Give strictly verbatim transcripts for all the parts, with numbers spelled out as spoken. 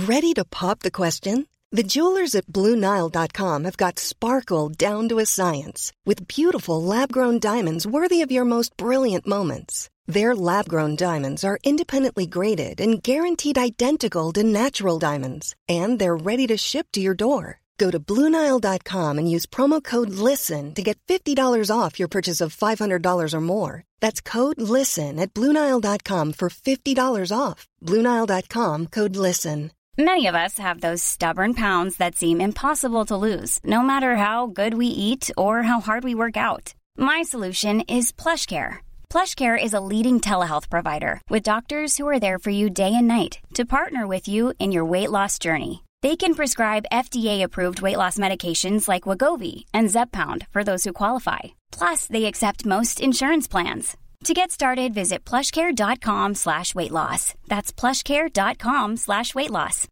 Ready to pop the question? The jewelers at Blue Nile dot com have got sparkle down to a science with beautiful lab-grown diamonds worthy of your most brilliant moments. Their lab-grown diamonds are independently graded and guaranteed identical to natural diamonds, and they're ready to ship to your door. Go to Blue Nile dot com and use promo code LISTEN to get fifty dollars off your purchase of five hundred dollars or more. That's code LISTEN at Blue Nile dot com for fifty dollars off. Blue Nile dot com, code LISTEN. Many of us have those stubborn pounds that seem impossible to lose, no matter how good we eat or how hard we work out. My solution is PlushCare. PlushCare is a leading telehealth provider with doctors who are there for you day and night to partner with you in your weight loss journey. They can prescribe F D A-approved weight loss medications like Wegovy and Zepbound for those who qualify. Plus, they accept most insurance plans. To get started, visit plushcare.com slash weight loss. That's plushcare.com slash weight loss.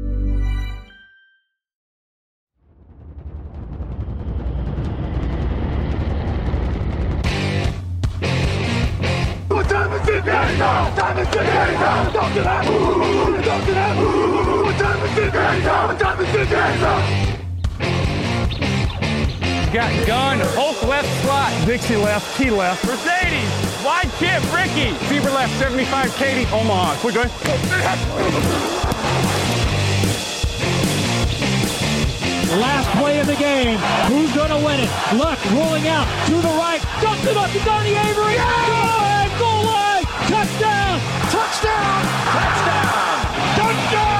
What time is it now? Time is it now? Talk to that. Talk to that. What time is it now? What time is it now? Got gun, Hulk left slot. Dixie left, T left. Mercedes, wide chip, Ricky. Fever left, seventy-five, Katie, Omaha. Quick, go ahead. Last play of the game. Who's going to win it? Luck rolling out to the right. Dumps it up to Donnie Avery. Yeah! Go ahead, goal line. Touchdown. Touchdown. Touchdown. Touchdown.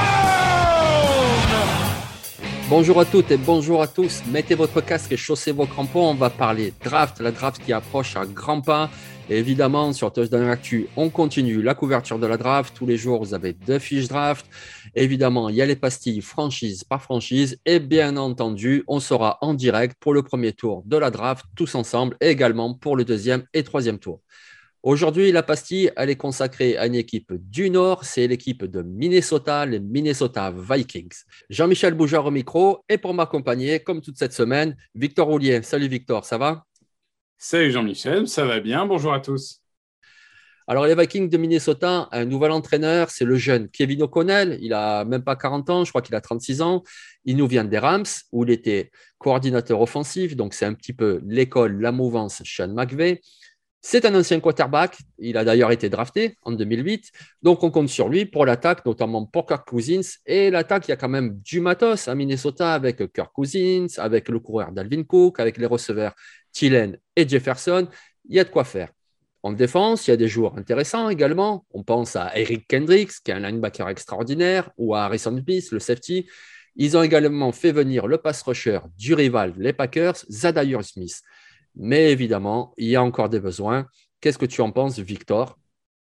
Bonjour à toutes et bonjour à tous. Mettez votre casque et chaussez vos crampons. On va parler draft, la draft qui approche à grands pas. Et évidemment, sur Touchdown Actu, on continue la couverture de la draft. Tous les jours, vous avez deux fiches draft. Évidemment, il y a les pastilles franchise par franchise. Et bien entendu, on sera en direct pour le premier tour de la draft, tous ensemble, et également pour le deuxième et troisième tour. Aujourd'hui, la pastille, elle est consacrée à une équipe du Nord. C'est l'équipe de Minnesota, les Minnesota Vikings. Jean-Michel Boujard au micro. Et pour m'accompagner, comme toute cette semaine, Victor Roulier. Salut Victor, ça va ? Salut Jean-Michel, ça va bien, bonjour à tous. Alors les Vikings de Minnesota, un nouvel entraîneur, c'est le jeune Kevin O'Connell, il n'a même pas quarante ans, je crois qu'il a trente-six ans, il nous vient des Rams où il était coordinateur offensif, donc c'est un petit peu l'école, la mouvance Sean McVay. C'est un ancien quarterback, il a d'ailleurs été drafté en deux mille huit, donc on compte sur lui pour l'attaque, notamment pour Kirk Cousins. Et l'attaque, il y a quand même du matos à Minnesota avec Kirk Cousins, avec le coureur Dalvin Cook, avec les receveurs Thielen et Jefferson. Il y a de quoi faire. En défense, il y a des joueurs intéressants également. On pense à Eric Kendricks, qui est un linebacker extraordinaire, ou à Harrison Smith, le safety. Ils ont également fait venir le pass rusher du rival, les Packers, Za'Darius Smith. Mais évidemment, il y a encore des besoins. Qu'est-ce que tu en penses, Victor ?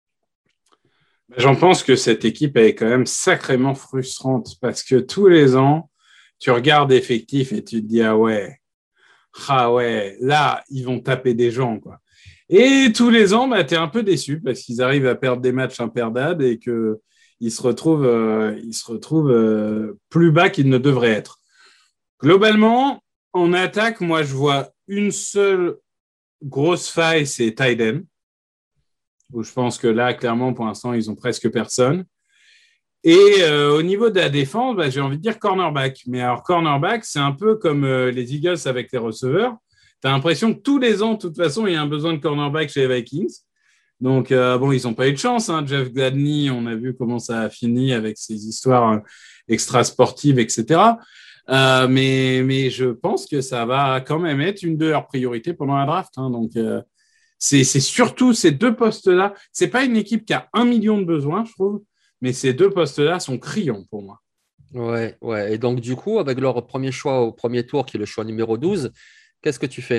J'en pense que cette équipe est quand même sacrément frustrante parce que tous les ans, tu regardes l'effectif et tu te dis « Ah ouais, ah ouais, là, ils vont taper des gens. » quoi. Et tous les ans, bah, tu es un peu déçu parce qu'ils arrivent à perdre des matchs imperdables et qu'ils se retrouvent, euh, ils se retrouvent euh, plus bas qu'ils ne devraient être. Globalement, en attaque, moi, je vois une seule grosse faille, c'est tight end, où je pense que là, clairement, pour l'instant, ils ont presque personne. Et euh, au niveau de la défense, bah, j'ai envie de dire cornerback. Mais alors, cornerback, c'est un peu comme euh, les Eagles avec les receveurs. Tu as l'impression que tous les ans, de toute façon, il y a un besoin de cornerback chez les Vikings. Donc, euh, bon, ils n'ont pas eu de chance. Hein. Jeff Gladney, on a vu comment ça a fini avec ses histoires euh, extra-sportives, et cetera. Euh, mais, mais je pense que ça va quand même être une de leurs priorités pendant la draft. Hein. Donc, euh, c'est, c'est surtout ces deux postes-là. C'est pas une équipe qui a un million de besoins, je trouve, mais ces deux postes-là sont criants pour moi. Ouais, ouais. Et donc, du coup, avec leur premier choix au premier tour, qui est le choix numéro douze, qu'est-ce que tu fais ?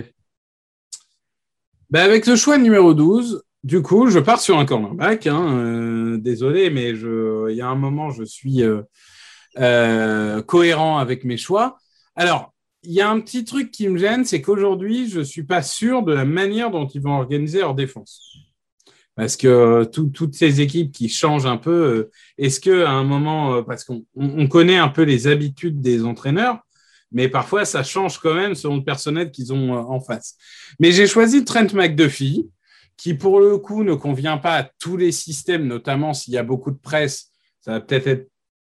Ben avec le choix numéro douze, du coup, je pars sur un cornerback. Hein. Euh, désolé, mais je, il y a un moment, je suis... Euh, Euh, cohérent avec mes choix. Alors, il y a un petit truc qui me gêne, c'est qu'aujourd'hui, je ne suis pas sûr de la manière dont ils vont organiser leur défense. Parce que euh, tout, toutes ces équipes qui changent un peu, euh, est-ce qu'à un moment, euh, parce qu'on on connaît un peu les habitudes des entraîneurs, mais parfois, ça change quand même selon le personnel qu'ils ont euh, en face. Mais j'ai choisi Trent McDuffie, qui pour le coup ne convient pas à tous les systèmes, notamment s'il y a beaucoup de presse, ça va peut-être être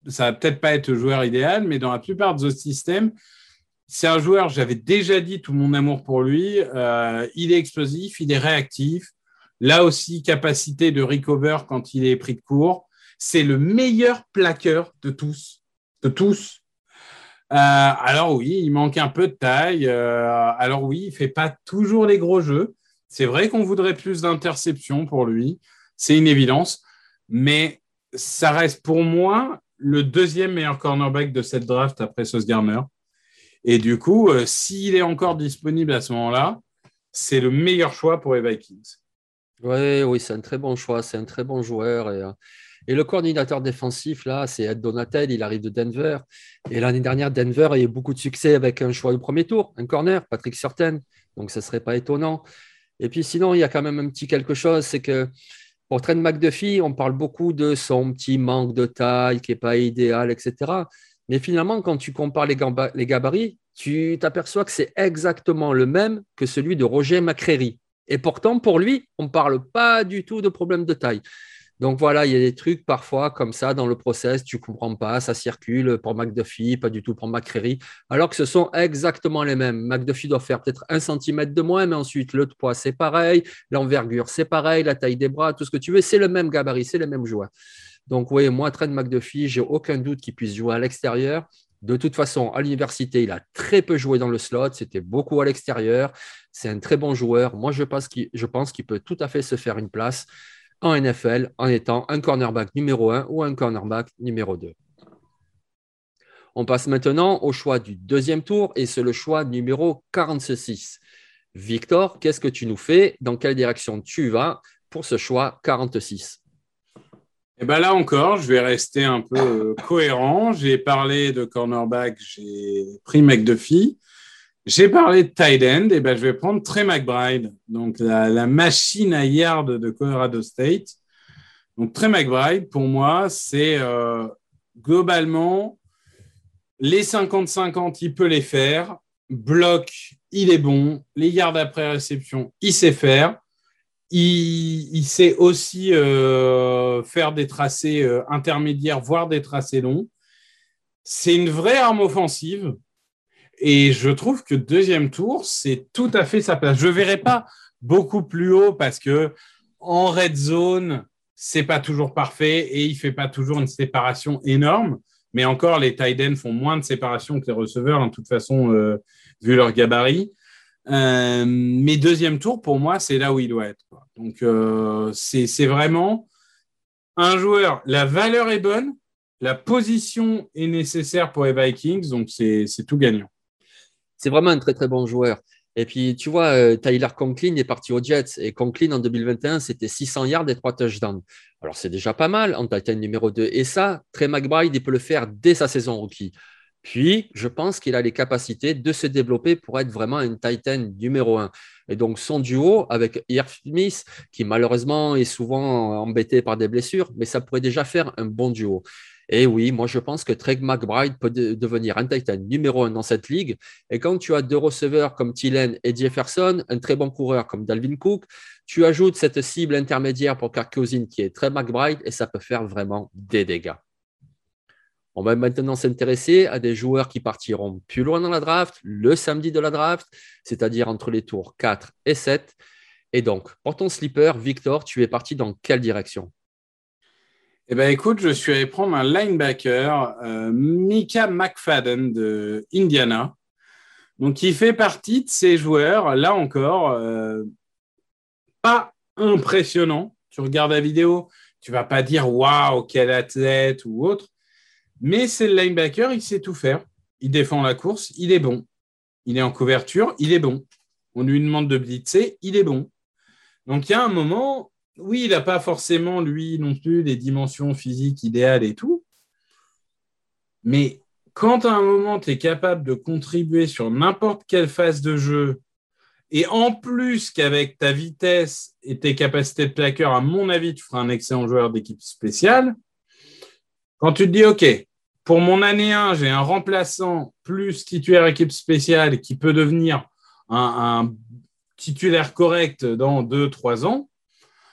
ça va peut-être pas être le joueur idéal, mais dans la plupart de ce système, c'est un joueur, j'avais déjà dit tout mon amour pour lui. Euh, il est explosif, il est réactif. Là aussi, capacité de recover quand il est pris de court. C'est le meilleur plaqueur de tous. De tous. Euh, alors oui, il manque un peu de taille. Euh, alors oui, il ne fait pas toujours les gros jeux. C'est vrai qu'on voudrait plus d'interceptions pour lui. C'est une évidence. Mais ça reste pour moi le deuxième meilleur cornerback de cette draft après Sauce Gardner. Et du coup, euh, s'il est encore disponible à ce moment-là, c'est le meilleur choix pour les Vikings. Ouais, oui, c'est un très bon choix. C'est un très bon joueur. Et, euh, et le coordinateur défensif, là, c'est Ed Donatel. Il arrive de Denver. Et l'année dernière, Denver a eu beaucoup de succès avec un choix de premier tour, un corner, Patrick Surtain. Donc, ce ne serait pas étonnant. Et puis, sinon, il y a quand même un petit quelque chose. C'est que pour Trent McDuffie, on parle beaucoup de son petit manque de taille qui n'est pas idéal, et cetera. Mais finalement, quand tu compares les, gamba- les gabarits, tu t'aperçois que c'est exactement le même que celui de Roger McCreary. Et pourtant, pour lui, on ne parle pas du tout de problème de taille. Donc voilà, il y a des trucs parfois comme ça dans le process, tu ne comprends pas, ça circule pour McDuffie, pas du tout pour McCreary, alors que ce sont exactement les mêmes. McDuffie doit faire peut-être un centimètre de moins, mais ensuite le poids, c'est pareil, l'envergure, c'est pareil, la taille des bras, tout ce que tu veux, c'est le même gabarit, c'est les mêmes joueurs. Donc oui, moi, Trent McDuffie, j'ai aucun doute qu'il puisse jouer à l'extérieur. De toute façon, à l'université, il a très peu joué dans le slot, c'était beaucoup à l'extérieur. C'est un très bon joueur. Moi, je pense qu'il, je pense qu'il peut tout à fait se faire une place en N F L en étant un cornerback numéro un ou un cornerback numéro deux. On passe maintenant au choix du deuxième tour et c'est le choix numéro quarante-six. Victor, qu'est-ce que tu nous fais? Dans quelle direction tu vas pour ce choix quarante-six? Et ben là encore, je vais rester un peu cohérent. J'ai parlé de cornerback, j'ai pris McDuffie. J'ai parlé de tight end, et ben je vais prendre Trey McBride, donc la, la machine à yard de Colorado State. Donc Trey McBride, pour moi, c'est euh, globalement les cinquante cinquante, il peut les faire. Bloc, il est bon. Les yards après réception, il sait faire. Il, il sait aussi euh, faire des tracés euh, intermédiaires, voire des tracés longs. C'est une vraie arme offensive. Et je trouve que deuxième tour, c'est tout à fait sa place. Je ne verrai pas beaucoup plus haut parce que en red zone, ce n'est pas toujours parfait et il ne fait pas toujours une séparation énorme. Mais encore, les tight ends font moins de séparation que les receveurs, de toute façon, euh, vu leur gabarit. Euh, mais deuxième tour, pour moi, c'est là où il doit être, quoi. Donc, euh, c'est, c'est vraiment un joueur. La valeur est bonne, la position est nécessaire pour les Vikings, donc c'est, c'est tout gagnant. C'est vraiment un très, très bon joueur. Et puis, tu vois, euh, Tyler Conklin est parti aux Jets. Et Conklin, en deux mille vingt et un, c'était six cents yards et trois touchdowns. Alors, c'est déjà pas mal en Titan numéro deux. Et ça, Trey McBride, il peut le faire dès sa saison rookie. Puis, je pense qu'il a les capacités de se développer pour être vraiment un Titan numéro un. Et donc, son duo avec Irv Smith, qui malheureusement est souvent embêté par des blessures, mais ça pourrait déjà faire un bon duo. Et oui, moi, je pense que Trey McBride peut de- devenir un Titan numéro un dans cette ligue. Et quand tu as deux receveurs comme Thielen et Jefferson, un très bon coureur comme Dalvin Cook, tu ajoutes cette cible intermédiaire pour Kirk Cousins qui est Trey McBride et ça peut faire vraiment des dégâts. On va maintenant s'intéresser à des joueurs qui partiront plus loin dans la draft, le samedi de la draft, c'est-à-dire entre les tours quatre et sept. Et donc, pour ton sleeper, Victor, tu es parti dans quelle direction? Eh bien, écoute, je suis allé prendre un linebacker, euh, Micah McFadden de Indiana. Donc, il fait partie de ces joueurs, là encore, euh, pas impressionnant. Tu regardes la vidéo, tu ne vas pas dire « Waouh, quel athlète » ou autre. Mais c'est le linebacker, il sait tout faire. Il défend la course, il est bon. Il est en couverture, il est bon. On lui demande de blitzer, il est bon. Donc, il y a un moment... Oui, il n'a pas forcément, lui non plus, les dimensions physiques idéales et tout. Mais quand à un moment, tu es capable de contribuer sur n'importe quelle phase de jeu, et en plus qu'avec ta vitesse et tes capacités de plaqueur, à mon avis, tu feras un excellent joueur d'équipe spéciale. Quand tu te dis, OK, pour mon année un, j'ai un remplaçant plus titulaire équipe spéciale qui peut devenir un, un titulaire correct dans deux trois ans,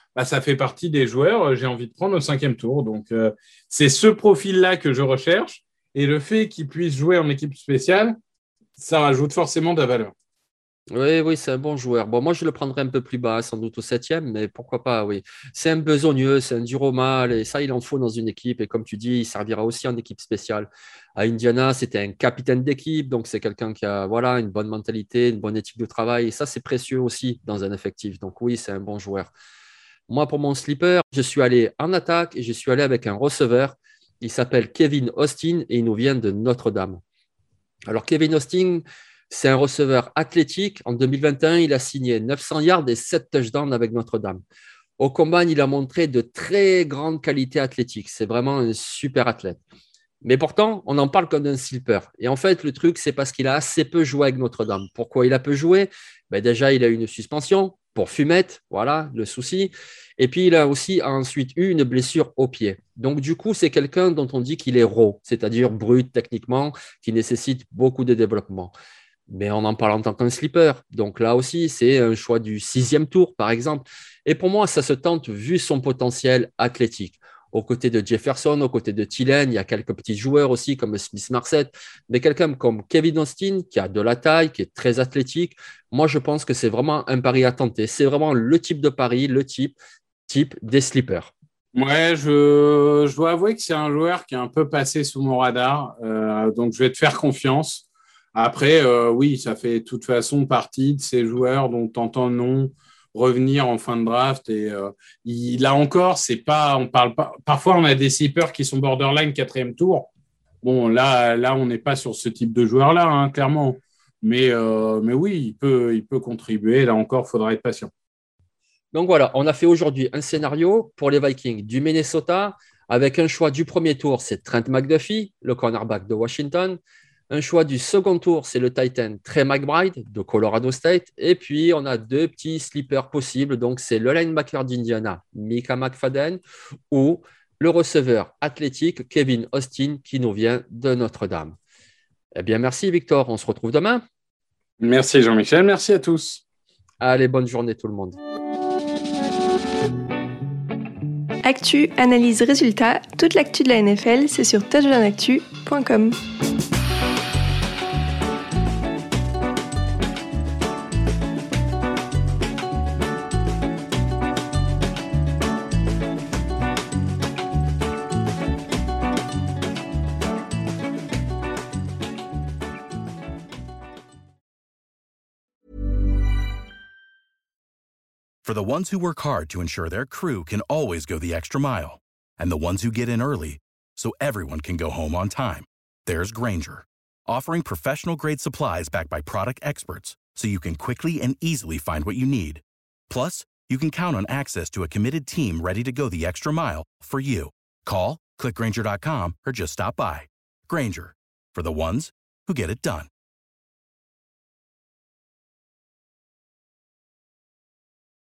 bah, ça fait partie des joueurs que j'ai envie de prendre au cinquième tour. Donc, euh, c'est ce profil-là que je recherche. Et le fait qu'il puisse jouer en équipe spéciale, ça rajoute forcément de la valeur. Oui, oui, c'est un bon joueur. Bon, moi, je le prendrais un peu plus bas, sans doute au septième, mais pourquoi pas, oui. C'est un besogneux, c'est un dur au mal, et ça, il en faut dans une équipe. Et comme tu dis, il servira aussi en équipe spéciale. À Indiana, c'était un capitaine d'équipe, donc c'est quelqu'un qui a voilà, une bonne mentalité, une bonne éthique de travail. Et ça, c'est précieux aussi dans un effectif. Donc oui, c'est un bon joueur. Moi, pour mon sleeper, je suis allé en attaque et je suis allé avec un receveur. Il s'appelle Kevin Austin et il nous vient de Notre-Dame. Alors, Kevin Austin, c'est un receveur athlétique. En deux mille vingt et un, il a signé neuf cents yards et sept touchdowns avec Notre-Dame. Au combine, il a montré de très grandes qualités athlétiques. C'est vraiment un super athlète. Mais pourtant, on en parle comme d'un sleeper. Et en fait, le truc, c'est parce qu'il a assez peu joué avec Notre-Dame. Pourquoi il a peu joué? Ben déjà, il a eu une suspension pour fumette, voilà le souci. Et puis, il a aussi ensuite eu une blessure au pied. Donc, du coup, c'est quelqu'un dont on dit qu'il est raw, c'est-à-dire brut techniquement, qui nécessite beaucoup de développement. Mais on en parle en tant qu'un sleeper. Donc là aussi, c'est un choix du sixième tour, par exemple. Et pour moi, ça se tente vu son potentiel athlétique. Aux côtés de Jefferson, aux côtés de Thielen, il y a quelques petits joueurs aussi comme Smith-Marset. Mais quelqu'un comme Kevin Austin, qui a de la taille, qui est très athlétique, moi, je pense que c'est vraiment un pari à tenter. C'est vraiment le type de pari, le type, type des sleepers. Ouais, je, je dois avouer que c'est un joueur qui est un peu passé sous mon radar. Euh, donc, je vais te faire confiance. Après, euh, oui, ça fait de toute façon partie de ces joueurs dont tu entends le nom revenir en fin de draft. Et euh, il, là encore, c'est pas, on parle pas. Parfois, on a des sleepers qui sont borderline quatrième tour. Bon, là, là, on n'est pas sur ce type de joueur-là, hein, clairement. Mais, euh, mais oui, il peut, il peut contribuer. Là encore, il faudra être patient. Donc voilà, on a fait aujourd'hui un scénario pour les Vikings du Minnesota avec un choix du premier tour, c'est Trent McDuffie, le cornerback de Washington. Un choix du second tour, c'est le Titan Trey McBride de Colorado State. Et puis, on a deux petits sleepers possibles. Donc, c'est le linebacker d'Indiana, Micah McFadden, ou le receveur athlétique Kevin Austin qui nous vient de Notre-Dame. Eh bien, merci Victor. On se retrouve demain. Merci Jean-Michel. Merci à tous. Allez, bonne journée tout le monde. Actu, analyse, résultat, toute l'actu de la N F L, c'est sur touchdown actu point com. For the ones who work hard to ensure their crew can always go the extra mile, and the ones who get in early so everyone can go home on time, there's Grainger, offering professional-grade supplies backed by product experts so you can quickly and easily find what you need. Plus, you can count on access to a committed team ready to go the extra mile for you. Call, click Grainger dot com, or just stop by. Grainger, for the ones who get it done.